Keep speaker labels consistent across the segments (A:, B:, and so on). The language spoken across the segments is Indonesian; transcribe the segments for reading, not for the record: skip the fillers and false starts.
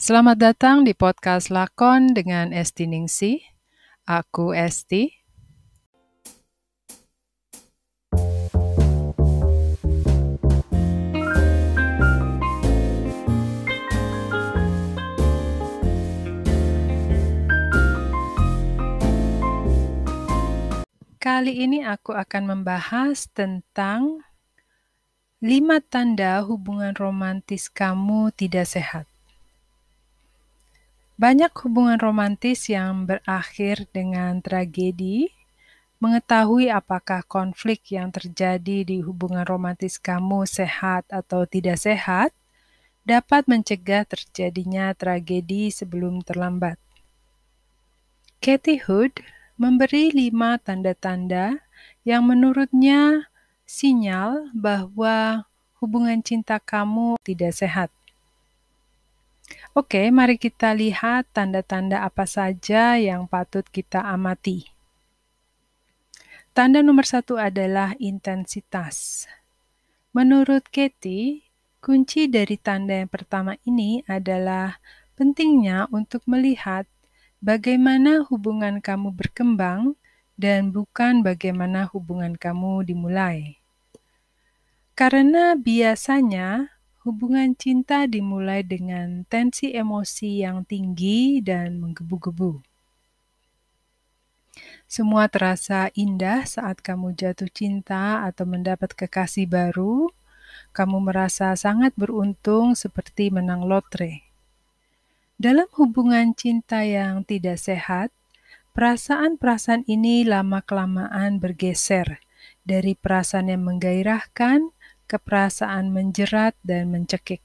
A: Selamat datang di podcast Lakon dengan Esti Ningsih. Aku Esti. Kali ini aku akan membahas tentang 5 tanda hubungan romantis kamu tidak sehat. Banyak hubungan romantis yang berakhir dengan tragedi. Mengetahui apakah konflik yang terjadi di hubungan romantis kamu sehat atau tidak sehat dapat mencegah terjadinya tragedi sebelum terlambat. Katie Hood memberi 5 tanda-tanda yang menurutnya sinyal bahwa hubungan cinta kamu tidak sehat. Oke, mari kita lihat tanda-tanda apa saja yang patut kita amati. Tanda nomor 1 adalah intensitas. Menurut Katie, kunci dari tanda yang pertama ini adalah pentingnya untuk melihat bagaimana hubungan kamu berkembang dan bukan bagaimana hubungan kamu dimulai. Karena biasanya hubungan cinta dimulai dengan tensi emosi yang tinggi dan menggebu-gebu. Semua terasa indah saat kamu jatuh cinta atau mendapat kekasih baru. Kamu merasa sangat beruntung seperti menang lotre. Dalam hubungan cinta yang tidak sehat, perasaan-perasaan ini lama-kelamaan bergeser dari perasaan yang menggairahkan ke perasaan menjerat dan mencekik.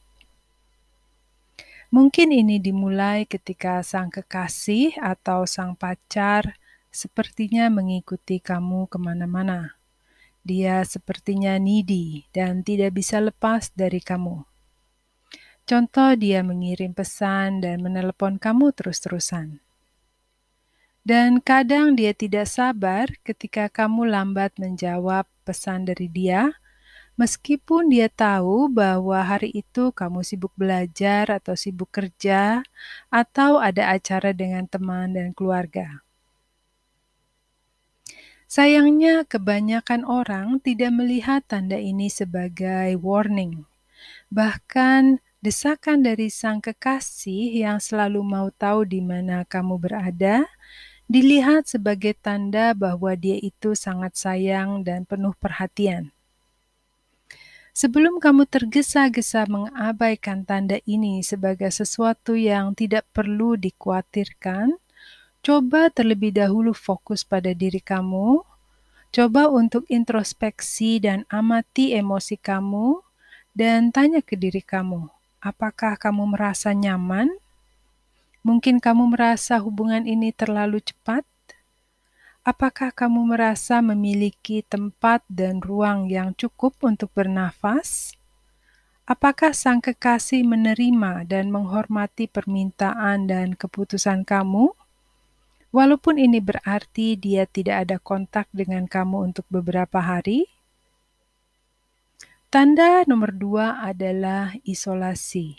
A: Mungkin ini dimulai ketika sang kekasih atau sang pacar sepertinya mengikuti kamu kemana-mana. Dia sepertinya needy dan tidak bisa lepas dari kamu. Contoh, dia mengirim pesan dan menelepon kamu terus-terusan. Dan kadang dia tidak sabar ketika kamu lambat menjawab pesan dari dia, meskipun dia tahu bahwa hari itu kamu sibuk belajar atau sibuk kerja, atau ada acara dengan teman dan keluarga. Sayangnya, kebanyakan orang tidak melihat tanda ini sebagai warning. Bahkan, desakan dari sang kekasih yang selalu mau tahu di mana kamu berada, dilihat sebagai tanda bahwa dia itu sangat sayang dan penuh perhatian. Sebelum kamu tergesa-gesa mengabaikan tanda ini sebagai sesuatu yang tidak perlu dikhawatirkan, coba terlebih dahulu fokus pada diri kamu. Coba untuk introspeksi dan amati emosi kamu dan tanya ke diri kamu, apakah kamu merasa nyaman? Mungkin kamu merasa hubungan ini terlalu cepat? Apakah kamu merasa memiliki tempat dan ruang yang cukup untuk bernafas? Apakah sang kekasih menerima dan menghormati permintaan dan keputusan kamu? Walaupun ini berarti dia tidak ada kontak dengan kamu untuk beberapa hari. Tanda nomor 2 adalah isolasi.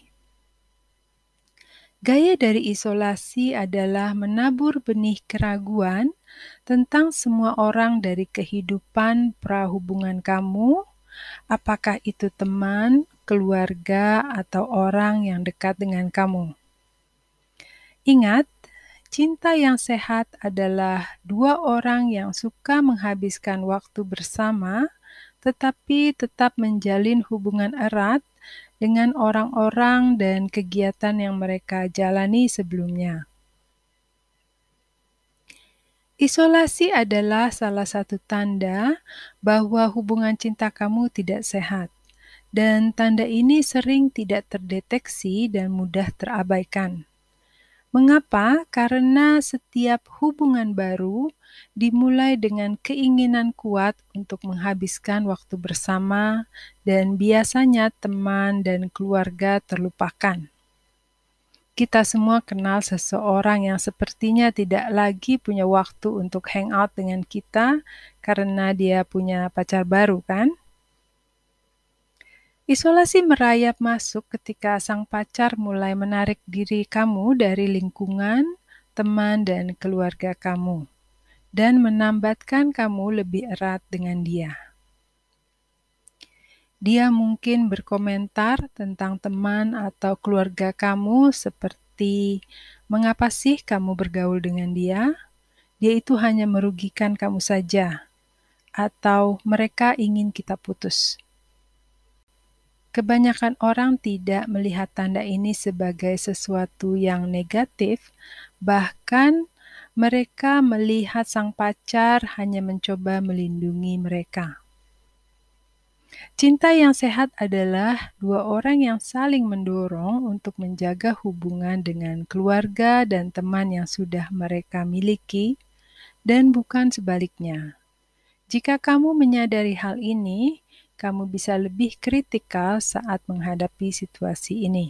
A: Gaya dari isolasi adalah menabur benih keraguan tentang semua orang dari kehidupan prahubungan kamu, apakah itu teman, keluarga, atau orang yang dekat dengan kamu. Ingat, cinta yang sehat adalah 2 orang yang suka menghabiskan waktu bersama, tetapi tetap menjalin hubungan erat dengan orang-orang dan kegiatan yang mereka jalani sebelumnya. Isolasi adalah salah satu tanda bahwa hubungan cinta kamu tidak sehat, dan tanda ini sering tidak terdeteksi dan mudah terabaikan. Mengapa? Karena setiap hubungan baru dimulai dengan keinginan kuat untuk menghabiskan waktu bersama, dan biasanya teman dan keluarga terlupakan. Kita semua kenal seseorang yang sepertinya tidak lagi punya waktu untuk hangout dengan kita karena dia punya pacar baru, kan? Isolasi merayap masuk ketika sang pacar mulai menarik diri kamu dari lingkungan, teman, dan keluarga kamu, dan menambatkan kamu lebih erat dengan dia. Dia mungkin berkomentar tentang teman atau keluarga kamu seperti, "Mengapa sih kamu bergaul dengan dia? Dia itu hanya merugikan kamu saja." Atau, "Mereka ingin kita putus." Kebanyakan orang tidak melihat tanda ini sebagai sesuatu yang negatif, bahkan mereka melihat sang pacar hanya mencoba melindungi mereka. Cinta yang sehat adalah dua orang yang saling mendorong untuk menjaga hubungan dengan keluarga dan teman yang sudah mereka miliki, dan bukan sebaliknya. Jika kamu menyadari hal ini, kamu bisa lebih kritikal saat menghadapi situasi ini.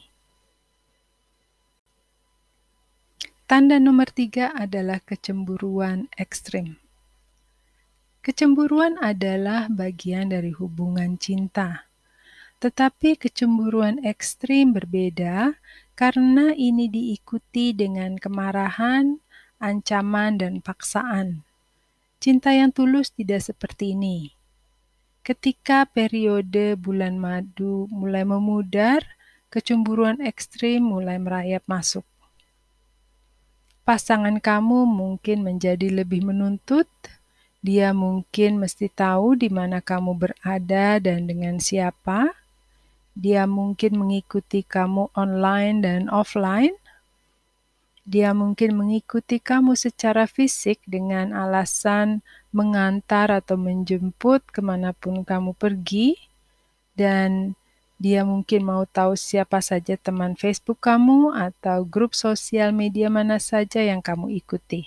A: Tanda nomor 3 adalah kecemburuan ekstrim. Kecemburuan adalah bagian dari hubungan cinta. Tetapi kecemburuan ekstrim berbeda karena ini diikuti dengan kemarahan, ancaman, dan paksaan. Cinta yang tulus tidak seperti ini. Ketika periode bulan madu mulai memudar, kecemburuan ekstrim mulai merayap masuk. Pasangan kamu mungkin menjadi lebih menuntut. Dia mungkin mesti tahu di mana kamu berada dan dengan siapa. Dia mungkin mengikuti kamu online dan offline. Dia mungkin mengikuti kamu secara fisik dengan alasan mengantar atau menjemput kemanapun kamu pergi. Dan dia mungkin mau tahu siapa saja teman Facebook kamu atau grup sosial media mana saja yang kamu ikuti.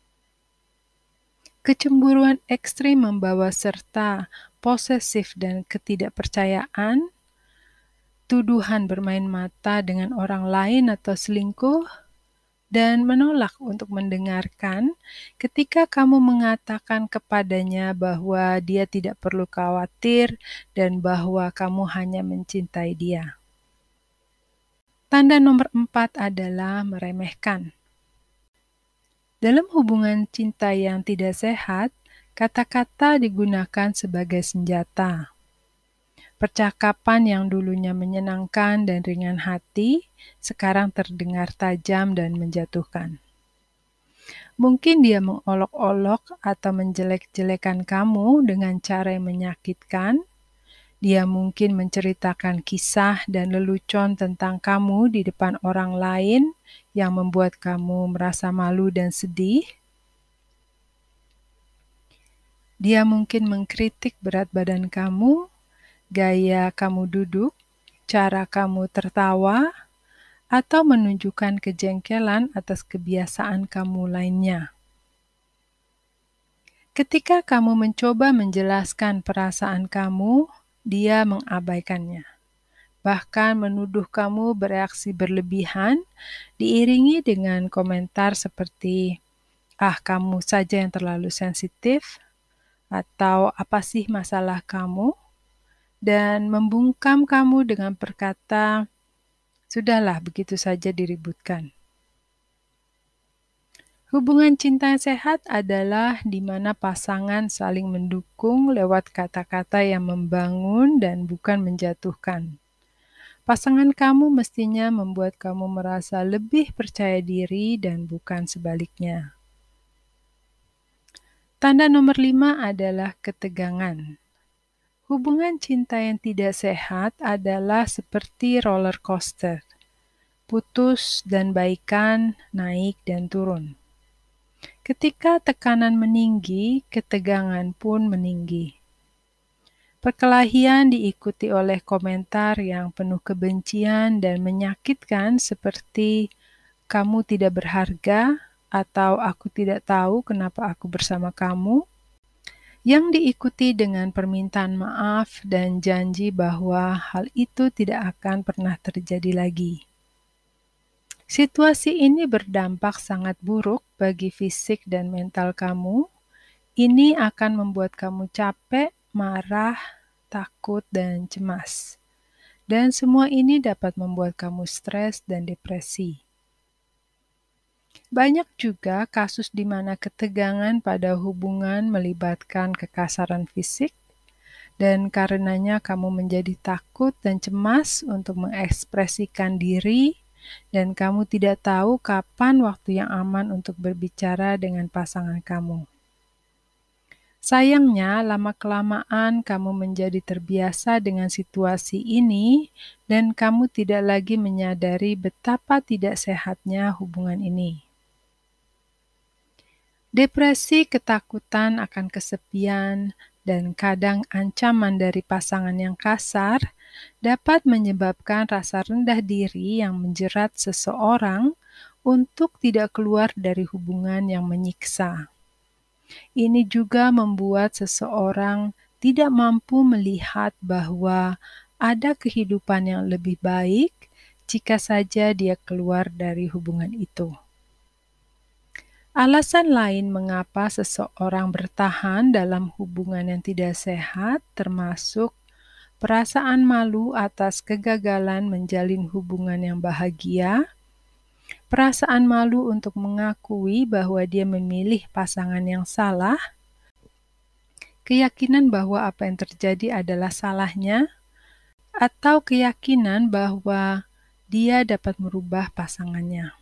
A: Kecemburuan ekstrim membawa serta posesif dan ketidakpercayaan, tuduhan bermain mata dengan orang lain atau selingkuh, dan menolak untuk mendengarkan ketika kamu mengatakan kepadanya bahwa dia tidak perlu khawatir dan bahwa kamu hanya mencintai dia. Tanda nomor 4 adalah meremehkan. Dalam hubungan cinta yang tidak sehat, kata-kata digunakan sebagai senjata. Percakapan yang dulunya menyenangkan dan ringan hati, sekarang terdengar tajam dan menjatuhkan. Mungkin dia mengolok-olok atau menjelek-jelekan kamu dengan cara yang menyakitkan. Dia mungkin menceritakan kisah dan lelucon tentang kamu di depan orang lain yang membuat kamu merasa malu dan sedih. Dia mungkin mengkritik berat badan kamu, gaya kamu duduk, cara kamu tertawa, atau menunjukkan kejengkelan atas kebiasaan kamu lainnya. Ketika kamu mencoba menjelaskan perasaan kamu, dia mengabaikannya. Bahkan menuduh kamu bereaksi berlebihan, diiringi dengan komentar seperti, "Ah, kamu saja yang terlalu sensitif," atau "Apa sih masalah kamu?" dan membungkam kamu dengan berkata, "Sudahlah, begitu saja diributkan." Hubungan cinta yang sehat adalah di mana pasangan saling mendukung lewat kata-kata yang membangun dan bukan menjatuhkan. Pasangan kamu mestinya membuat kamu merasa lebih percaya diri dan bukan sebaliknya. Tanda nomor 5 adalah ketegangan. Hubungan cinta yang tidak sehat adalah seperti roller coaster. Putus dan baikan, naik dan turun. Ketika tekanan meninggi, ketegangan pun meninggi. Perkelahian diikuti oleh komentar yang penuh kebencian dan menyakitkan seperti "kamu tidak berharga" atau "aku tidak tahu kenapa aku bersama kamu", yang diikuti dengan permintaan maaf dan janji bahwa hal itu tidak akan pernah terjadi lagi. Situasi ini berdampak sangat buruk bagi fisik dan mental kamu. Ini akan membuat kamu capek, marah, takut, dan cemas. Dan semua ini dapat membuat kamu stres dan depresi. Banyak juga kasus di mana ketegangan pada hubungan melibatkan kekasaran fisik, dan karenanya kamu menjadi takut dan cemas untuk mengekspresikan diri, dan kamu tidak tahu kapan waktu yang aman untuk berbicara dengan pasangan kamu. Sayangnya, lama-kelamaan kamu menjadi terbiasa dengan situasi ini, dan kamu tidak lagi menyadari betapa tidak sehatnya hubungan ini. Depresi, ketakutan akan kesepian, dan kadang ancaman dari pasangan yang kasar dapat menyebabkan rasa rendah diri yang menjerat seseorang untuk tidak keluar dari hubungan yang menyiksa. Ini juga membuat seseorang tidak mampu melihat bahwa ada kehidupan yang lebih baik jika saja dia keluar dari hubungan itu. Alasan lain mengapa seseorang bertahan dalam hubungan yang tidak sehat termasuk perasaan malu atas kegagalan menjalin hubungan yang bahagia, perasaan malu untuk mengakui bahwa dia memilih pasangan yang salah, keyakinan bahwa apa yang terjadi adalah salahnya, atau keyakinan bahwa dia dapat merubah pasangannya.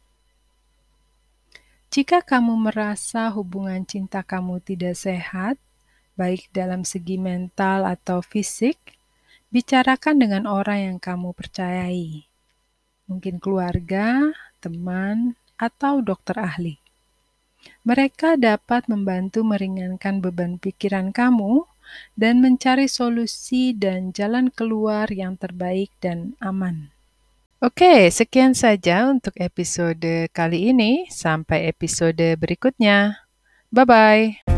A: Jika kamu merasa hubungan cinta kamu tidak sehat, baik dalam segi mental atau fisik, bicarakan dengan orang yang kamu percayai. Mungkin keluarga, teman, atau dokter ahli. Mereka dapat membantu meringankan beban pikiran kamu dan mencari solusi dan jalan keluar yang terbaik dan aman. Oke, sekian saja untuk episode kali ini. Sampai episode berikutnya. Bye-bye.